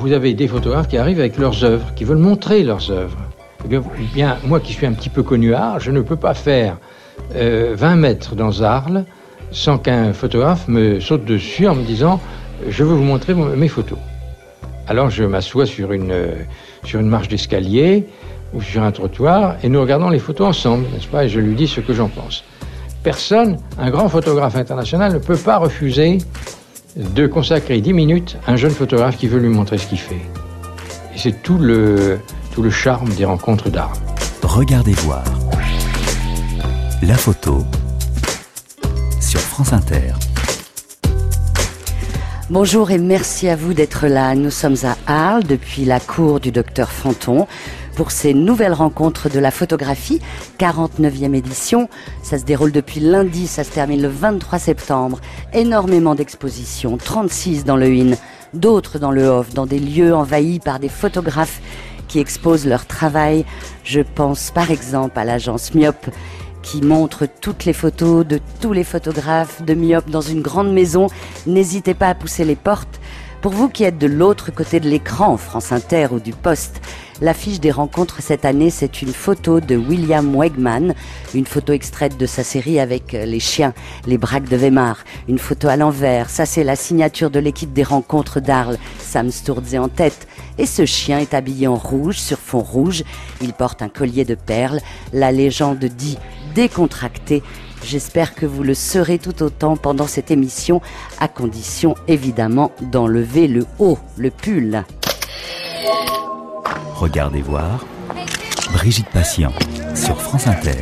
vous avez des photographes qui arrivent avec leurs œuvres, qui veulent montrer leurs œuvres. Eh bien, moi qui suis un petit peu connu à Arles, je ne peux pas faire 20 mètres dans Arles sans qu'un photographe me saute dessus en me disant « je veux vous montrer mes photos ». Alors je m'assois sur une marche d'escalier ou sur un trottoir et nous regardons les photos ensemble, n'est-ce pas? Et je lui dis ce que j'en pense. Personne, un grand photographe international, ne peut pas refuser de consacrer 10 minutes à un jeune photographe qui veut lui montrer ce qu'il fait. Et c'est tout le charme des rencontres d'Arles. Regardez voir. La photo sur France Inter. Bonjour et merci à vous d'être là. Nous sommes à Arles depuis la cour du docteur Fanton pour ces nouvelles rencontres de la photographie, 49e édition. Ça se déroule depuis lundi, ça se termine le 23 septembre. Énormément d'expositions, 36 dans le IN, d'autres dans le Off, dans des lieux envahis par des photographes qui exposent leur travail. Je pense par exemple à l'agence Myope qui montre toutes les photos de tous les photographes de Myope dans une grande maison. N'hésitez pas à pousser les portes. Pour vous qui êtes de l'autre côté de l'écran, France Inter ou du Poste, l'affiche des rencontres cette année, c'est une photo de William Wegman, une photo extraite de sa série avec les chiens, les braques de Weimar, une photo à l'envers. Ça, c'est la signature de l'équipe des rencontres d'Arles, Sam Sturze en tête. Et ce chien est habillé en rouge, sur fond rouge. Il porte un collier de perles. La légende dit décontracté. J'espère que vous le serez tout autant pendant cette émission, à condition évidemment d'enlever le haut, le pull. Regardez voir. Brigitte Patient sur France Inter.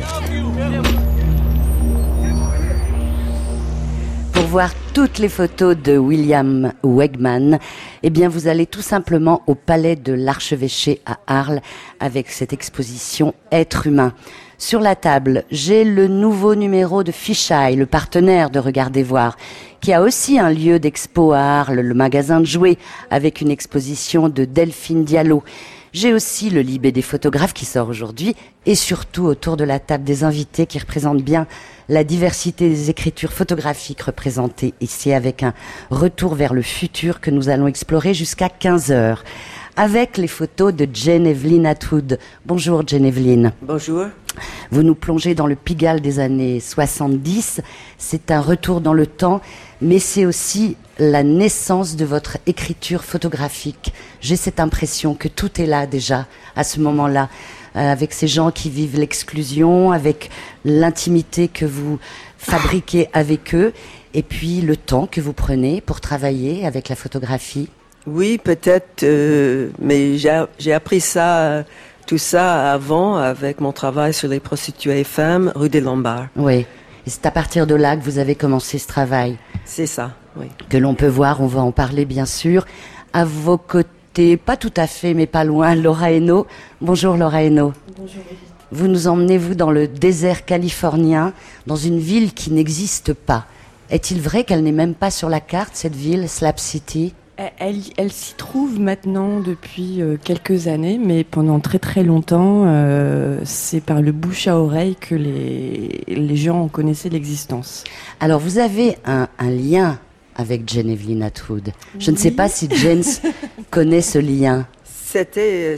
Pour voir toutes les photos de William Wegman, eh bien vous allez tout simplement au Palais de l'Archevêché à Arles avec cette exposition Être humain. Sur la table, j'ai le nouveau numéro de Fisheye, le partenaire de Regardez voir, qui a aussi un lieu d'expo à Arles, le magasin de jouets, avec une exposition de Delphine Diallo. J'ai aussi le Libé des photographes qui sort aujourd'hui, et surtout autour de la table des invités qui représentent bien la diversité des écritures photographiques représentées ici, avec un retour vers le futur que nous allons explorer jusqu'à 15h. Avec les photos de Jane Evelyn Atwood. Bonjour Jane Evelyn. Bonjour. Vous nous plongez dans le Pigalle des années 70. C'est un retour dans le temps, mais c'est aussi la naissance de votre écriture photographique. J'ai cette impression que tout est là déjà, à ce moment-là, avec ces gens qui vivent l'exclusion, avec l'intimité que vous fabriquez avec eux, et puis le temps que vous prenez pour travailler avec la photographie. Oui, peut-être, mais j'ai appris ça, tout ça avant avec mon travail sur les prostituées femmes rue des Lombards. Oui, et c'est à partir de là que vous avez commencé ce travail. C'est ça, oui. Que l'on peut voir, on va en parler bien sûr. À vos côtés, pas tout à fait, mais pas loin, Laura Hainaut. Bonjour Laura Hainaut. Bonjour. Vous nous emmenez, vous, dans le désert californien, dans une ville qui n'existe pas. Est-il vrai qu'elle n'est même pas sur la carte, cette ville, Slab City ? Elle s'y trouve maintenant depuis quelques années, mais pendant très très longtemps, c'est par le bouche à oreille que les gens en connaissaient l'existence. Alors vous avez un lien avec Jane Evelyn Atwood. Je ne sais pas si Jane connaît ce lien. C'était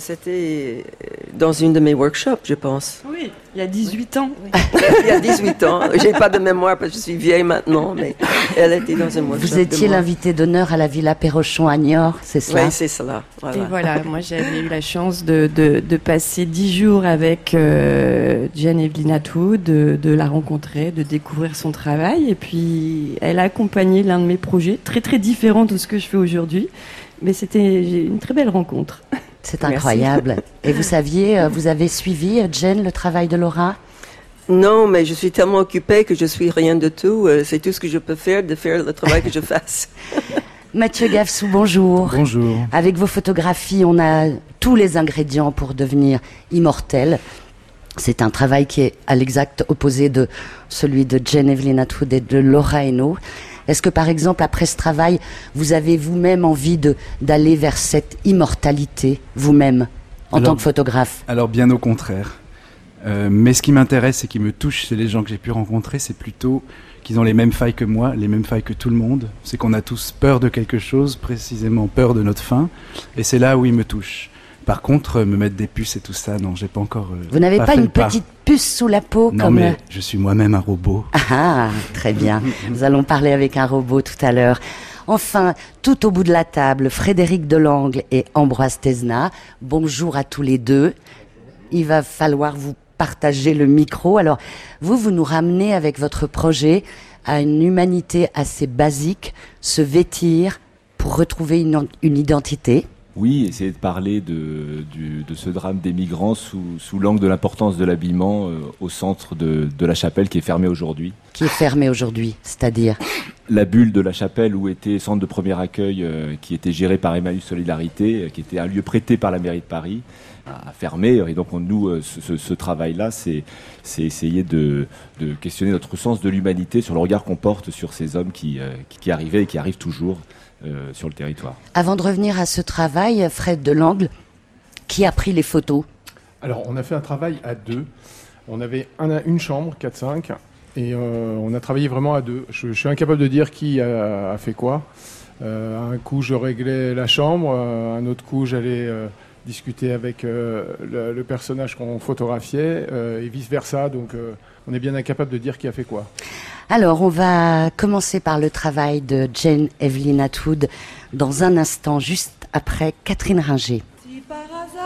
dans une de mes workshops, je pense. Oui, il y a 18 ans. Oui. Il y a 18 ans. J'ai pas de mémoire parce que je suis vieille maintenant, mais elle était dans un workshop. Vous étiez l'invité d'honneur à la Villa Perrochon à Niort, c'est cela? Oui, c'est cela. Voilà. Et voilà, moi j'avais eu la chance de passer 10 jours avec Jane Evelyn Atwood, de la rencontrer, de découvrir son travail. Et puis elle a accompagné l'un de mes projets, très très différent de ce que je fais aujourd'hui. Mais c'était une très belle rencontre. C'est incroyable. Et vous saviez, vous avez suivi, Jane, le travail de Laura? Non, mais je suis tellement occupée que je suis rien de tout. C'est tout ce que je peux faire, de faire le travail que je fasse. Mathieu Gavsou, bonjour. Bonjour. Avec vos photographies, on a tous les ingrédients pour devenir immortel. C'est un travail qui est à l'exact opposé de celui de Jane Evelyn Atwood et de Laura Hainaut. Est-ce que, par exemple, après ce travail, vous avez vous-même envie d'aller vers cette immortalité, vous-même, en tant que photographe? Alors, bien au contraire. Mais ce qui m'intéresse et qui me touche chez les gens que j'ai pu rencontrer, c'est plutôt qu'ils ont les mêmes failles que moi, les mêmes failles que tout le monde. C'est qu'on a tous peur de quelque chose, précisément peur de notre fin, et c'est là où ils me touchent. Par contre, me mettre des puces et tout ça, non, j'ai pas encore. Vous n'avez pas une petite puce sous la peau non, comme... mais je suis moi-même un robot. Ah, très bien. Nous allons parler avec un robot tout à l'heure. Enfin, tout au bout de la table, Frédéric Delangle et Ambroise Tesna. Bonjour à tous les deux. Il va falloir vous partager le micro. Alors, vous nous ramenez avec votre projet à une humanité assez basique, se vêtir pour retrouver une identité. Oui, essayer de parler de ce drame des migrants sous l'angle de l'importance de l'habillement au centre de la chapelle qui est fermée aujourd'hui. Qui est fermée aujourd'hui, c'est-à-dire ? La bulle de la chapelle où était centre de premier accueil qui était géré par Emmaüs Solidarité, qui était un lieu prêté par la mairie de Paris, a fermé. Et donc nous, ce travail-là, c'est essayer de questionner notre sens de l'humanité sur le regard qu'on porte sur ces hommes qui arrivaient et qui arrivent toujours sur le territoire. Avant de revenir à ce travail, Fred Delangle, qui a pris les photos ? Alors, on a fait un travail à deux. On avait une chambre, 4-5, et on a travaillé vraiment à deux. Je suis incapable de dire qui a fait quoi. Un coup, je réglais la chambre. Un autre coup, j'allais discuter avec le personnage qu'on photographiait, et vice-versa. Donc, on est bien incapable de dire qui a fait quoi. Alors, on va commencer par le travail de Jane Evelyn Atwood dans un instant, juste après Catherine Ringer. Si par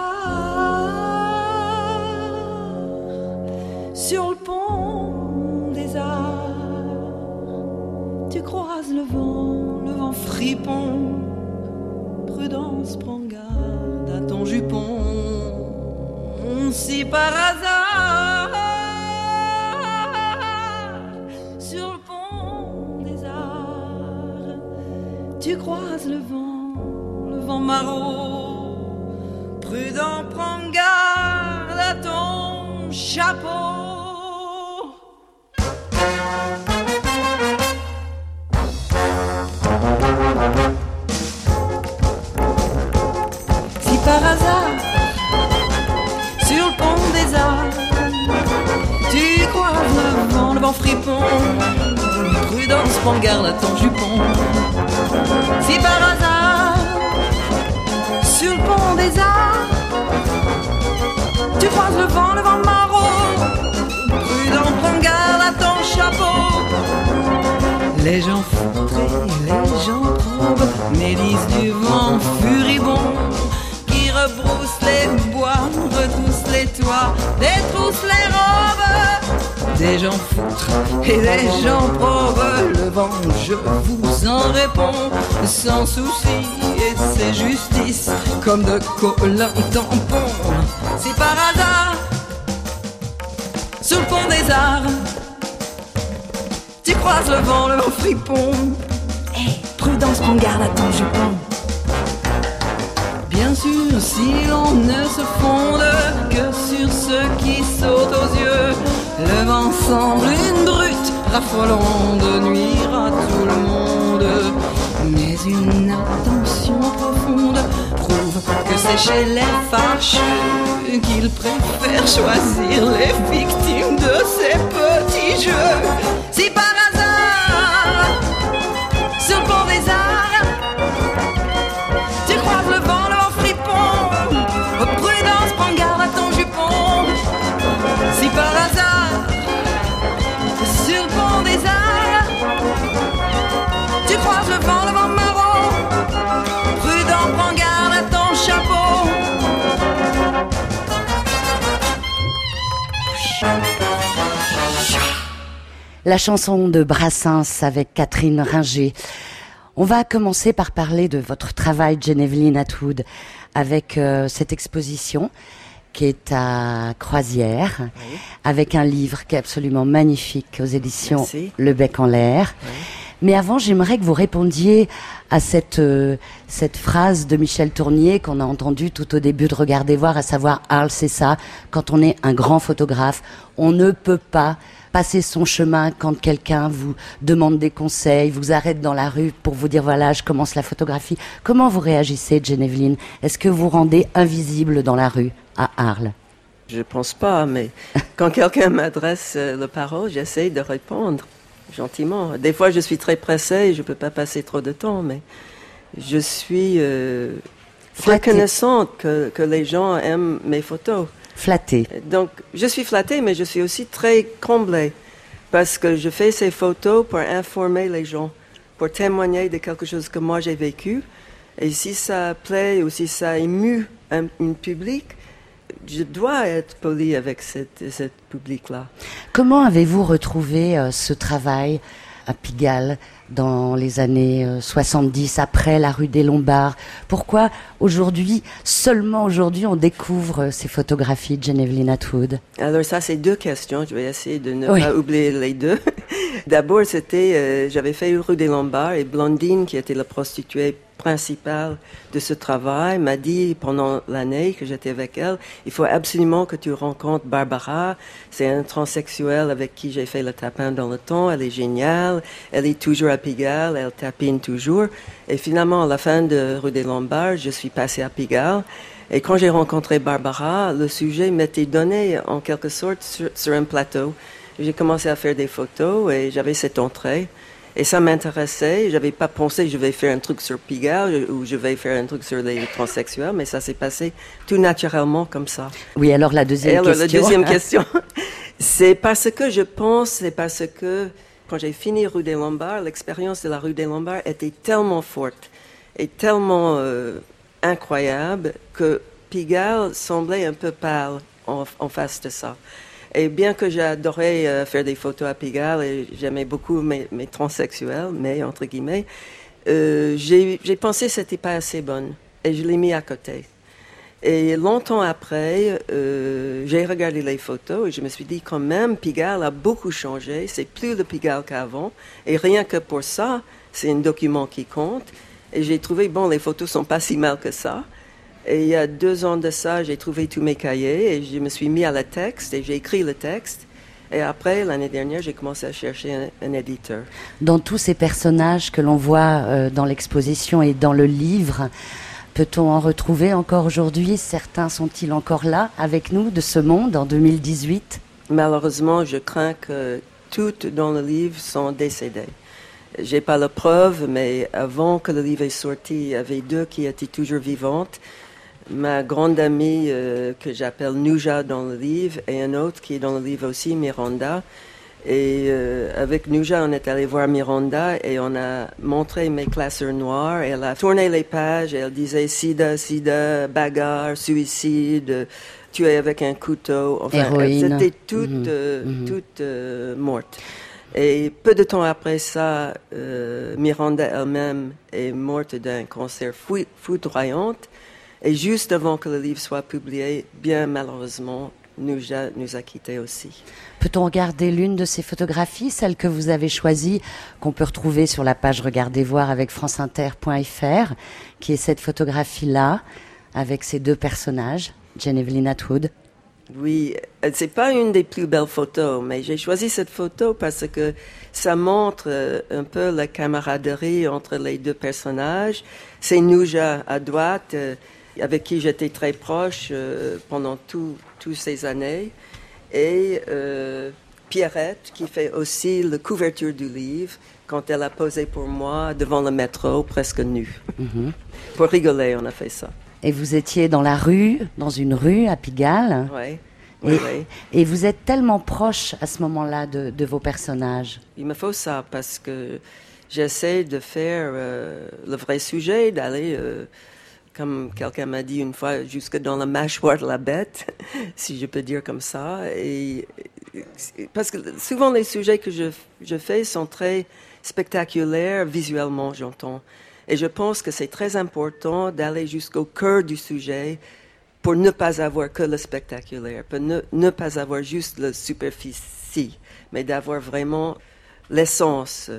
hasard, sur le pont des Arts, tu croises le vent fripon, prudence, prends garde à ton jupon. Si par hasard, sur le pont des Arts, tu croises le vent maraud, prudent, prends garde à ton chapeau. Si par hasard, sur le pont des Arts, tu croises le vent fripon, prudence, prends garde à ton jupon. Si par hasard, sur le pont des Arts, tu croises le vent maraud, prudent, prends garde à ton chapeau. Les gens foutrés, les gens probes, mélisses du vent furibond, qui rebroussent les bois, retroussent les toits, détroussent les robes. Des gens foutres et des gens probes, le vent, je vous en réponds, sans souci, et c'est justice, comme de collants tampons. Si par hasard, sur le pont des Arts, tu croises le vent fripon, hey, prudence, prends garde à ton jupon. Bien sûr, si l'on ne se fonde que sur ceux qui sautent aux yeux, le vent semble une brute raffolant de nuire à tout le monde. Mais une attention profonde prouve que c'est chez les fâcheux qu'ils préfèrent choisir les victimes de ces petits jeux. Si par hasard, sur le pont des Arts, tu croises le vent fripon, prudence, prends garde à ton jupon. Si par hasard, sur le pont des Arts, tu croises le vent maraud, prudent, prends garde à ton chapeau. La chanson de Brassens avec Catherine Ringer. On va commencer par parler de votre travail, Jane Evelyn Atwood, avec cette exposition qui est à Croisière, oui, avec un livre qui est absolument magnifique aux éditions Merci. Le Bec en l'air. Oui. Mais avant, j'aimerais que vous répondiez à cette phrase de Michel Tournier qu'on a entendue tout au début de Regardez voir, à savoir « Arles, c'est ça, quand on est un grand photographe, on ne peut pas passer son chemin quand quelqu'un vous demande des conseils, vous arrête dans la rue pour vous dire « Voilà, je commence la photographie ». Comment vous réagissez, Jane Evelyn ? Est-ce que vous rendez invisible dans la rue à Arles ? Je pense pas, mais quand quelqu'un m'adresse la parole, j'essaie de répondre. gentiment. Des fois, je suis très pressée et je peux pas passer trop de temps, mais je suis reconnaissante que les gens aiment mes photos. Flattée. Donc, je suis flattée, mais je suis aussi très comblée parce que je fais ces photos pour informer les gens, pour témoigner de quelque chose que moi j'ai vécu. Et si ça plaît ou si ça émue un public, je dois être polie avec cette public-là. Comment avez-vous retrouvé ce travail à Pigalle dans les années 70, après la rue des Lombards? Pourquoi aujourd'hui, seulement aujourd'hui, on découvre ces photographies de Geneviève Atwood? Alors ça, c'est deux questions. Je vais essayer de ne pas oublier les deux. D'abord, j'avais fait rue des Lombards et Blondine, qui était la prostituée principale de ce travail, m'a dit pendant l'année que j'étais avec elle, il faut absolument que tu rencontres Barbara. C'est un transsexuel avec qui j'ai fait le tapin dans le temps. Elle est géniale. Elle est toujours à Pigalle. Elle tapine toujours. Et finalement, à la fin de rue des Lombards, je suis passée à Pigalle. Et quand j'ai rencontré Barbara, le sujet m'était donné en quelque sorte sur un plateau. J'ai commencé à faire des photos et j'avais cette entrée. Et ça m'intéressait. J'avais pas pensé je vais faire un truc sur Pigalle ou je vais faire un truc sur les transsexuels, mais ça s'est passé tout naturellement comme ça. Oui, alors la deuxième question. La deuxième question, c'est parce que quand j'ai fini rue des Lombards, l'expérience de la rue des Lombards était tellement forte et tellement incroyable que Pigalle semblait un peu pâle en face de ça. Et bien que j'adorais faire des photos à Pigalle et j'aimais beaucoup mes transsexuels, mais entre guillemets, j'ai pensé que c'était pas assez bonne et je l'ai mis à côté. Et longtemps après, j'ai regardé les photos et je me suis dit quand même, Pigalle a beaucoup changé. C'est plus le Pigalle qu'avant. Et rien que pour ça, c'est un document qui compte. Et j'ai trouvé, les photos sont pas si mal que ça. Et il y a 2 ans de ça, j'ai trouvé tous mes cahiers et je me suis mis à le texte et j'ai écrit le texte. Et après, l'année dernière, j'ai commencé à chercher un éditeur. Dans tous ces personnages que l'on voit dans l'exposition et dans le livre, peut-on en retrouver encore aujourd'hui? Certains sont-ils encore là avec nous de ce monde en 2018? Malheureusement, je crains que toutes dans le livre sont décédées. J'ai pas la preuve, mais avant que le livre est sorti, il y avait 2 qui étaient toujours vivantes. Ma grande amie que j'appelle Nouja dans le livre et un autre qui est dans le livre aussi, Miranda. Et avec Nouja, on est allé voir Miranda et on a montré mes classeurs noirs. Et elle a tourné les pages et elle disait sida, bagarre, suicide, tué avec un couteau. Enfin, héroïne. C'était toutes mortes. Et peu de temps après ça, Miranda elle-même est morte d'un cancer foudroyant. Et juste avant que le livre soit publié, bien malheureusement, Nouja nous a quittés aussi. Peut-on regarder l'une de ces photographies, celle que vous avez choisie, qu'on peut retrouver sur la page Regardez voir avec franceinter.fr, qui est cette photographie-là, avec ces 2 personnages, Geneviève Atwood? Oui, c'est pas une des plus belles photos, mais j'ai choisi cette photo parce que ça montre un peu la camaraderie entre les 2 personnages. C'est Nouja à droite, avec qui j'étais très proche pendant toutes ces années, et Pierrette, qui fait aussi la couverture du livre, quand elle a posé pour moi devant le métro, presque nue. Pour rigoler, on a fait ça. Et vous étiez dans une rue à Pigalle. Oui. Et vous êtes tellement proche à ce moment-là de vos personnages. Il me faut ça parce que j'essaie de faire le vrai sujet, d'aller, comme quelqu'un m'a dit une fois, jusque dans la mâchoire de la bête, si je peux dire comme ça. Et parce que souvent les sujets que je fais sont très spectaculaires visuellement, j'entends. Et je pense que c'est très important d'aller jusqu'au cœur du sujet pour ne pas avoir que le spectaculaire, pour ne pas avoir juste la superficie, mais d'avoir vraiment l'essence,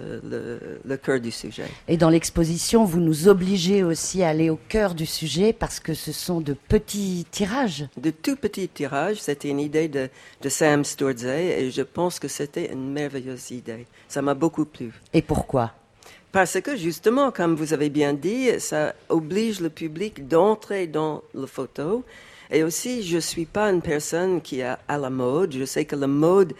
le cœur du sujet. Et dans l'exposition, vous nous obligez aussi à aller au cœur du sujet parce que ce sont de petits tirages. De tout petits tirages. C'était une idée de Sam Sturdzey et je pense que c'était une merveilleuse idée. Ça m'a beaucoup plu. Et pourquoi ? Parce que justement, comme vous avez bien dit, ça oblige le public d'entrer dans la photo. Et aussi, je ne suis pas une personne qui est à la mode. Je sais que la mode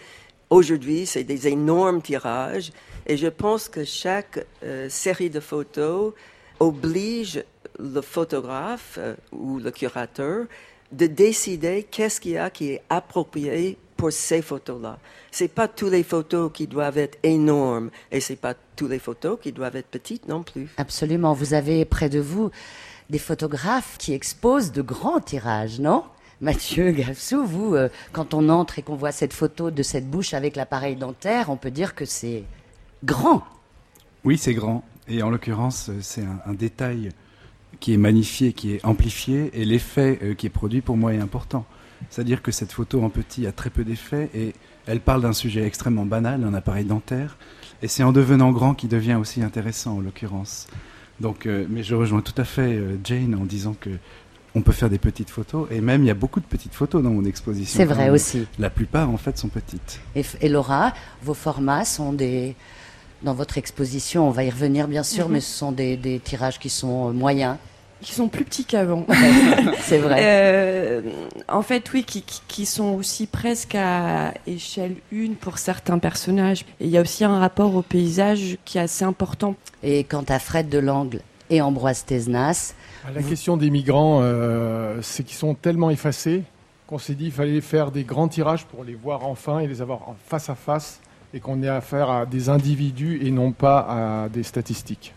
Aujourd'hui, c'est des énormes tirages. Et je pense que chaque série de photos oblige le photographe ou le curateur de décider qu'est-ce qu'il y a qui est approprié pour ces photos-là. C'est pas toutes les photos qui doivent être énormes et c'est pas toutes les photos qui doivent être petites non plus. Absolument. Vous avez près de vous des photographes qui exposent de grands tirages, non ? Mathieu Gafsou, vous, quand on entre et qu'on voit cette photo de cette bouche avec l'appareil dentaire, on peut dire que c'est grand. Oui, c'est grand. Et en l'occurrence, c'est un détail qui est magnifié, qui est amplifié, et l'effet qui est produit pour moi est important. C'est-à-dire que cette photo en petit a très peu d'effet, et elle parle d'un sujet extrêmement banal, un appareil dentaire, et c'est en devenant grand qu'il devient aussi intéressant en l'occurrence. Donc, mais je rejoins tout à fait Jane en disant que on peut faire des petites photos, et même il y a beaucoup de petites photos dans mon exposition. C'est vrai aussi. La plupart en fait sont petites. Et Laura, vos formats sont des... Dans votre exposition, on va y revenir bien sûr, mais ce sont des tirages qui sont moyens. Qui sont plus petits qu'avant. C'est vrai. En fait, oui, qui sont aussi presque à échelle 1 pour certains personnages. Et il y a aussi un rapport au paysage qui est assez important. Et quant à Fred Delangle et Ambroise Tesnas... La question des migrants, c'est qu'ils sont tellement effacés qu'on s'est dit qu'il fallait faire des grands tirages pour les voir enfin et les avoir en face à face, et qu'on ait affaire à des individus et non pas à des statistiques.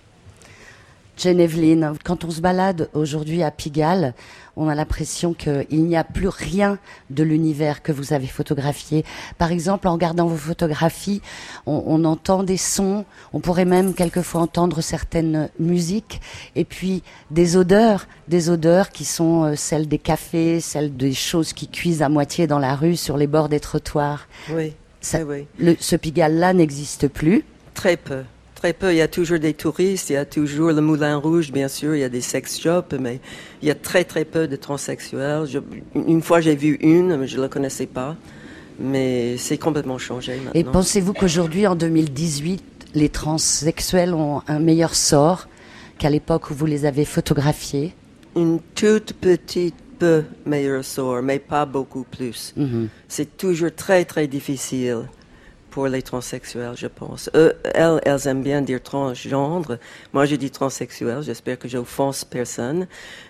Jane Eveline, quand on se balade aujourd'hui à Pigalle, on a l'impression qu'il n'y a plus rien de l'univers que vous avez photographié. Par exemple, en regardant vos photographies, on entend des sons, on pourrait même quelquefois entendre certaines musiques, et puis des odeurs qui sont celles des cafés, celles des choses qui cuisent à moitié dans la rue, sur les bords des trottoirs. Oui, oui. Ce Pigalle-là n'existe plus. Très peu. Très peu. Il y a toujours des touristes, il y a toujours le Moulin Rouge, bien sûr, il y a des sex shops, mais il y a très très peu de transsexuels. Une fois j'ai vu une, mais je ne la connaissais pas, mais c'est complètement changé maintenant. Et pensez-vous qu'aujourd'hui, en 2018, les transsexuels ont un meilleur sort qu'à l'époque où vous les avez photographiés ? Une toute petite peu meilleur sort, mais pas beaucoup plus. Mm-hmm. C'est toujours très très difficile pour les transsexuels, je pense. Elles aiment bien dire transgenre. Moi, je dis transsexuel. J'espère que j'offense personne.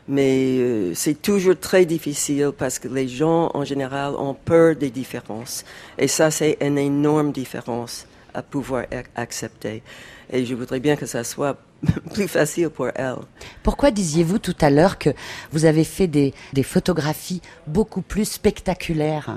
Mais c'est toujours très difficile parce que les gens, en général, ont peur des différences. Et ça, c'est une énorme différence à pouvoir accepter. Et je voudrais bien que ça soit plus facile pour elles. Pourquoi disiez-vous tout à l'heure que vous avez fait des photographies beaucoup plus spectaculaires ?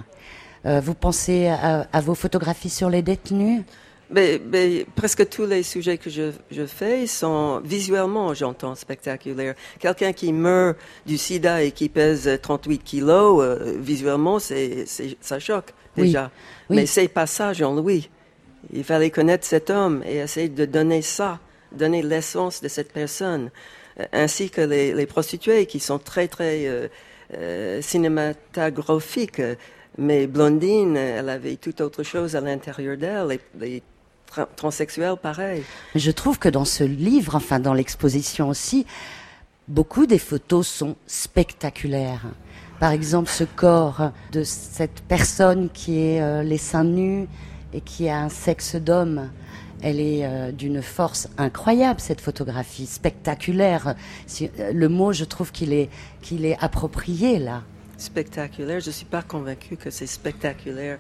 Vous pensez à vos photographies sur les détenus ? Mais presque tous les sujets que je fais sont visuellement, j'entends, spectaculaires. Quelqu'un qui meurt du sida et qui pèse 38 kilos, visuellement, ça choque déjà. Oui. Mais c'est pas ça, Jean-Louis. Il fallait connaître cet homme et essayer de donner l'essence de cette personne, ainsi que les prostituées qui sont très, très cinématographiques. Mais Blondine, elle avait tout autre chose à l'intérieur d'elle. Les transsexuels, pareil. Je trouve que dans ce livre, enfin dans l'exposition aussi, beaucoup des photos sont spectaculaires. Par exemple, ce corps de cette personne qui est les seins nus et qui a un sexe d'homme. Elle est d'une force incroyable, cette photographie, spectaculaire. Le mot, je trouve qu'il est approprié là. Spectaculaire, je ne suis pas convaincue que c'est spectaculaire.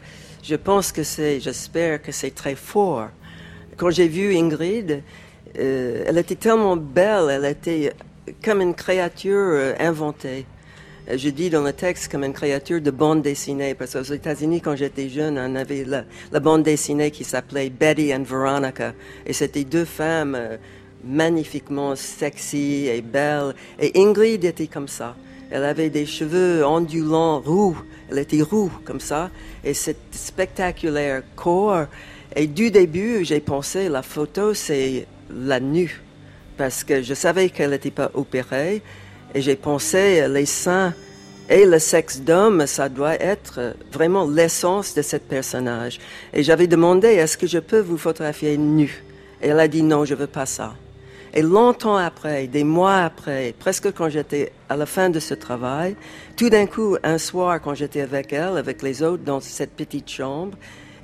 J'espère que c'est très fort. Quand j'ai vu Ingrid, elle était tellement belle, elle était comme une créature inventée. Je dis dans le texte comme une créature de bande dessinée, parce qu'aux États-Unis, quand j'étais jeune, on avait la bande dessinée qui s'appelait Betty and Veronica, et c'était deux femmes magnifiquement sexy et belles, et Ingrid était comme ça. Elle avait des cheveux ondulants, roux. Elle était roux, comme ça. Et cet spectaculaire corps. Et du début, j'ai pensé, la photo, c'est la nue. Parce que je savais qu'elle n'était pas opérée. Et j'ai pensé, les seins et le sexe d'homme, ça doit être vraiment l'essence de ce personnage. Et j'avais demandé, est-ce que je peux vous photographier nue? Et elle a dit, non, je veux pas ça. Et longtemps après, des mois après, presque quand j'étais à la fin de ce travail, tout d'un coup, un soir, quand j'étais avec elle, avec les autres, dans cette petite chambre,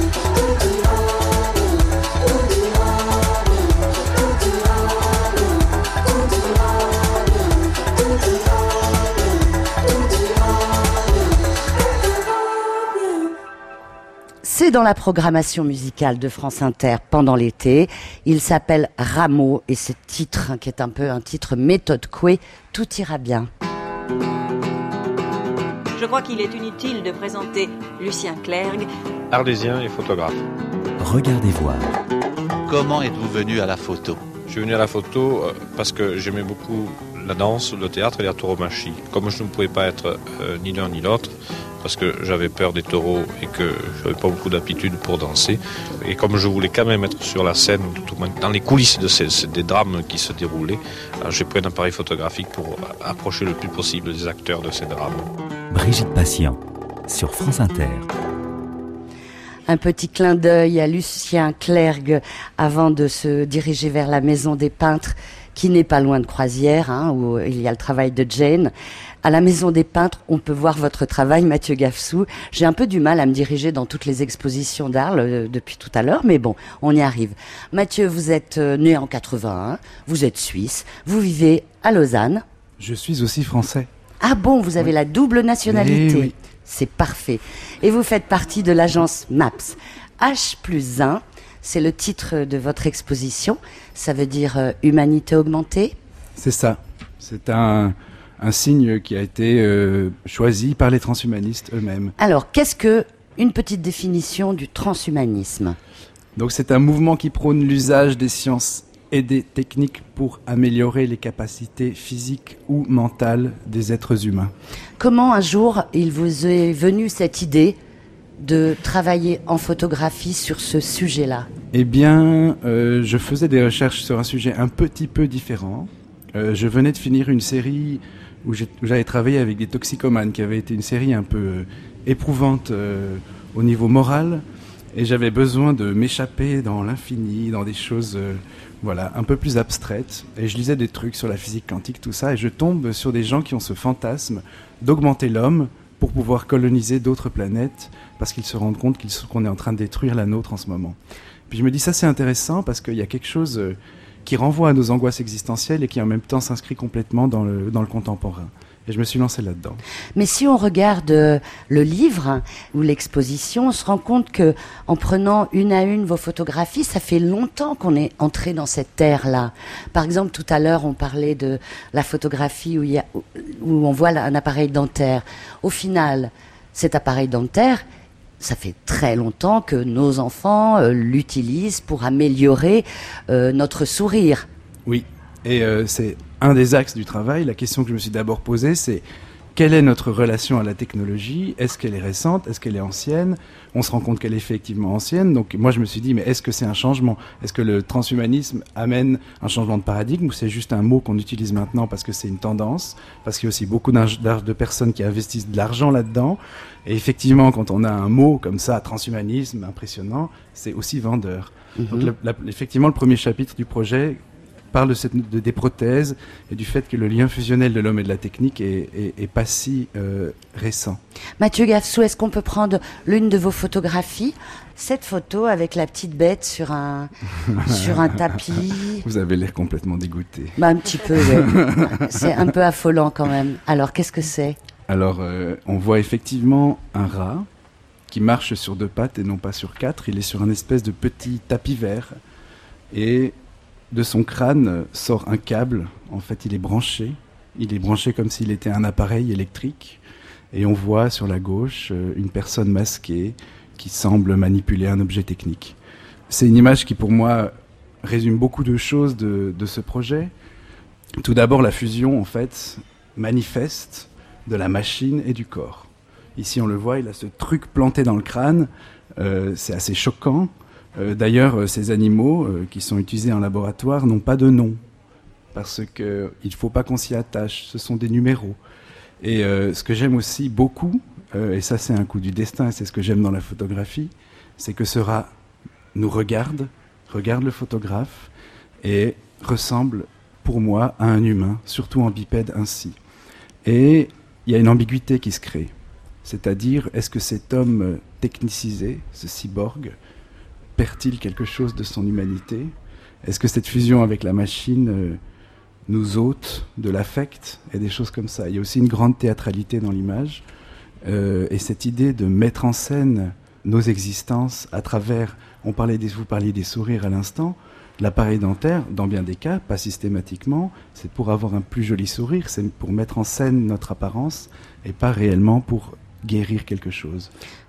C'est dans la programmation musicale de France Inter pendant l'été. Il s'appelle Rameau et ce titre, qui est un peu un titre méthode Coué, Tout ira bien. Je crois qu'il est inutile de présenter Lucien Clergue, arlésien et photographe. Regardez voir. Comment êtes-vous venu à la photo ? Je suis venu à la photo parce que j'aimais beaucoup la danse, le théâtre et la tauromachie. Comme je ne pouvais pas être ni l'un ni l'autre, parce que j'avais peur des taureaux et que je n'avais pas beaucoup d'aptitude pour danser. Et comme je voulais quand même être sur la scène, ou tout au moins dans les coulisses des drames qui se déroulaient, j'ai pris un appareil photographique pour approcher le plus possible des acteurs de ces drames. Brigitte Patient, sur France Inter. Un petit clin d'œil à Lucien Clergue avant de se diriger vers la Maison des Peintres, qui n'est pas loin de Croisière, où il y a le travail de Jane. À la Maison des Peintres, on peut voir votre travail, Mathieu Gafsou. J'ai un peu du mal à me diriger dans toutes les expositions d'Arles depuis tout à l'heure, mais bon, on y arrive. Mathieu, vous êtes né en 81, vous êtes suisse, vous vivez à Lausanne. Je suis aussi français. Ah bon, vous avez la double nationalité. Oui. C'est parfait. Et vous faites partie de l'agence MAPS. H+1, c'est le titre de votre exposition. Ça veut dire humanité augmentée ? C'est ça. C'est un un signe qui a été choisi par les transhumanistes eux-mêmes. Alors, qu'est-ce que une petite définition du transhumanisme? Donc c'est un mouvement qui prône l'usage des sciences et des techniques pour améliorer les capacités physiques ou mentales des êtres humains. Comment un jour il vous est venu cette idée de travailler en photographie sur ce sujet-là? Eh bien, je faisais des recherches sur un sujet un petit peu différent. Je venais de finir une série où j'avais travaillé avec des toxicomanes, qui avait été une série un peu éprouvante au niveau moral. Et j'avais besoin de m'échapper dans l'infini, dans des choses un peu plus abstraites. Et je lisais des trucs sur la physique quantique, tout ça, et je tombe sur des gens qui ont ce fantasme d'augmenter l'homme pour pouvoir coloniser d'autres planètes, parce qu'ils se rendent compte qu'on est en train de détruire la nôtre en ce moment. Puis je me dis, ça c'est intéressant, parce qu'il y a quelque chose qui renvoie à nos angoisses existentielles et qui en même temps s'inscrit complètement dans le contemporain. Et je me suis lancé là-dedans. Mais si on regarde le livre ou l'exposition, on se rend compte que en prenant une à une vos photographies, ça fait longtemps qu'on est entré dans cette terre-là. Par exemple, tout à l'heure, on parlait de la photographie où on voit un appareil dentaire. Au final, cet appareil dentaire, ça fait très longtemps que nos enfants l'utilisent pour améliorer notre sourire. Oui, et c'est un des axes du travail. La question que je me suis d'abord posée, c'est quelle est notre relation à la technologie? Est-ce qu'elle est récente? Est-ce qu'elle est ancienne? On se rend compte qu'elle est effectivement ancienne. Donc moi, je me suis dit, mais est-ce que c'est un changement? Est-ce que le transhumanisme amène un changement de paradigme, ou c'est juste un mot qu'on utilise maintenant parce que c'est une tendance? Parce qu'il y a aussi beaucoup de personnes qui investissent de l'argent là-dedans. Et effectivement, quand on a un mot comme ça, transhumanisme, impressionnant, c'est aussi vendeur. Donc effectivement, le premier chapitre du projet parle des prothèses et du fait que le lien fusionnel de l'homme et de la technique est pas si récent. Mathieu Gafsou, est-ce qu'on peut prendre l'une de vos photographies? Cette photo avec la petite bête sur un tapis. Vous avez l'air complètement dégoûté. Un petit peu, oui. C'est un peu affolant quand même. Alors, qu'est-ce que c'est? Alors, on voit effectivement un rat qui marche sur 2 pattes et non pas sur 4. Il est sur un espèce de petit tapis vert. Et de son crâne sort un câble. En fait, il est branché. Il est branché comme s'il était un appareil électrique. Et on voit sur la gauche une personne masquée qui semble manipuler un objet technique. C'est une image qui, pour moi, résume beaucoup de choses de ce projet. Tout d'abord, la fusion, en fait, manifeste de la machine et du corps. Ici, on le voit, il a ce truc planté dans le crâne. C'est assez choquant. D'ailleurs, ces animaux qui sont utilisés en laboratoire n'ont pas de nom, parce qu'il ne faut pas qu'on s'y attache, ce sont des numéros. Et ce que j'aime aussi beaucoup, et ça c'est un coup du destin, et c'est ce que j'aime dans la photographie, c'est que ce rat nous regarde le photographe, et ressemble pour moi à un humain, surtout en bipède ainsi. Et il y a une ambiguïté qui se crée, c'est-à-dire est-ce que cet homme technicisé, ce cyborg, perd-il quelque chose de son humanité? Est-ce que cette fusion avec la machine nous ôte de l'affect et des choses comme ça? Il y a aussi une grande théâtralité dans l'image et cette idée de mettre en scène nos existences à travers, vous parliez des sourires à l'instant, l'appareil dentaire, dans bien des cas, pas systématiquement, c'est pour avoir un plus joli sourire, c'est pour mettre en scène notre apparence et pas réellement pour guérir quelque chose.